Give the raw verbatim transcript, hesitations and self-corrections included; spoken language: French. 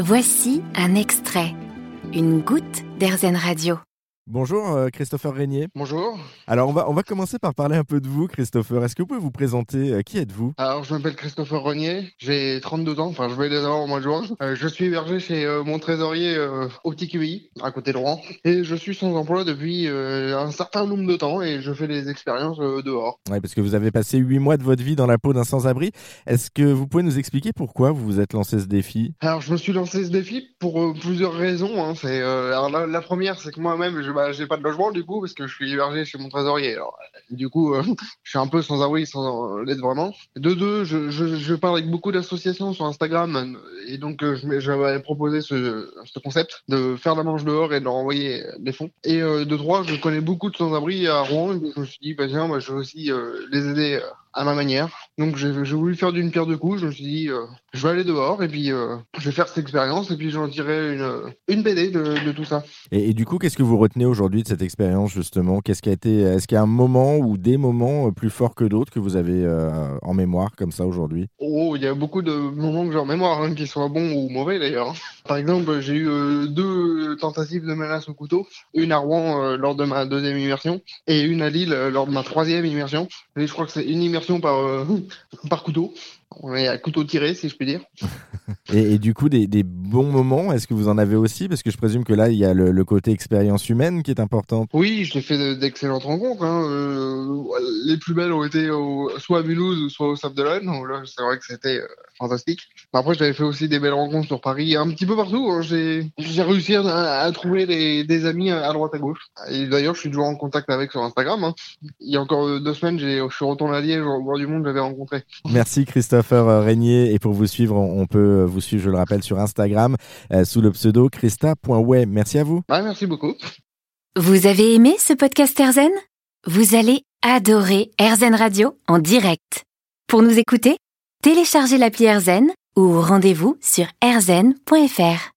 Voici un extrait, une goutte d'Airzen Radio. Bonjour euh, Christopher Régnier. Bonjour. Alors on va, on va commencer par parler un peu de vous Christopher. Est-ce que vous pouvez vous présenter? euh, Qui êtes-vous? Alors, je m'appelle Christopher Rognier, j'ai trente-deux ans, enfin je vais les avoir au mois de juin. Euh, je suis hébergé chez euh, mon trésorier euh, au Petit Q I, à côté de Rouen. Et je suis sans emploi depuis euh, un certain nombre de temps et je fais des expériences euh, dehors. Ouais, parce que vous avez passé huit mois de votre vie dans la peau d'un sans-abri. Est-ce que vous pouvez nous expliquer pourquoi vous vous êtes lancé ce défi? Alors, je me suis lancé ce défi pour euh, plusieurs raisons. Hein. C'est, euh, alors, la, la première, c'est que moi-même, je bah, j'ai pas de logement du coup, parce que je suis hébergé chez mon trésorier. Alors, euh, du coup, euh, je suis un peu sans abri, sans euh, l'être vraiment. De deux, je, je, je parle avec beaucoup d'associations sur Instagram, et donc euh, je m'ai- j'avais proposé ce, ce concept de faire la manche dehors et de leur envoyer des fonds. Et euh, de trois, je connais beaucoup de sans-abri à Rouen, et je me suis dit, bah tiens, bah, je vais aussi euh, les aider euh, à ma manière. Donc j'ai j'ai voulu faire d'une pierre deux coups. Je me suis dit, euh, je vais aller dehors et puis euh, je vais faire cette expérience et puis j'en tirerai une, une B D de, de tout ça. Et, et du coup, qu'est-ce que vous retenez aujourd'hui de cette expérience justement? Qu'est-ce qui a été, est-ce qu'il y a un moment ou des moments euh, plus forts que d'autres que vous avez euh, en mémoire comme ça aujourd'hui? Oh, il y a beaucoup de moments que j'ai en mémoire, hein, qui soient bons ou mauvais d'ailleurs. Par exemple, j'ai eu euh, deux tentatives de menace au couteau, une à Rouen euh, lors de ma deuxième immersion et une à Lille euh, lors de ma troisième immersion. Et je crois que c'est une immersion par euh, par couteau. On est à couteau tiré, si je puis dire. Et, et du coup, des, des bons moments, est-ce que vous en avez aussi? Parce que je présume que là, il y a le, le côté expérience humaine qui est important. Oui, j'ai fait de- d'excellentes rencontres. Hein. Euh, les plus belles ont été au- soit à Mulhouse, soit au Sable d'Olonne. Où là, c'est vrai que c'était euh, fantastique. Après, j'avais fait aussi des belles rencontres sur Paris, un petit peu partout. Hein. J'ai j'ai réussi à, à trouver des, des amis à droite à gauche. Et d'ailleurs, je suis toujours en contact avec sur Instagram. Hein. Il y a encore euh, deux semaines, j'ai- je suis retourné à Liège, au bord du monde, j'avais rencontré. Merci Christopher euh, Régnier. Et pour vous suivre, on, on peut vous suivre, je le rappelle, sur Instagram euh, sous le pseudo christa point way. Merci à vous. Ouais, merci beaucoup. Vous avez aimé ce podcast Airzen? Vous allez adorer Airzen Radio en direct. Pour nous écouter, téléchargez l'appli Airzen ou rendez-vous sur airzen point f r.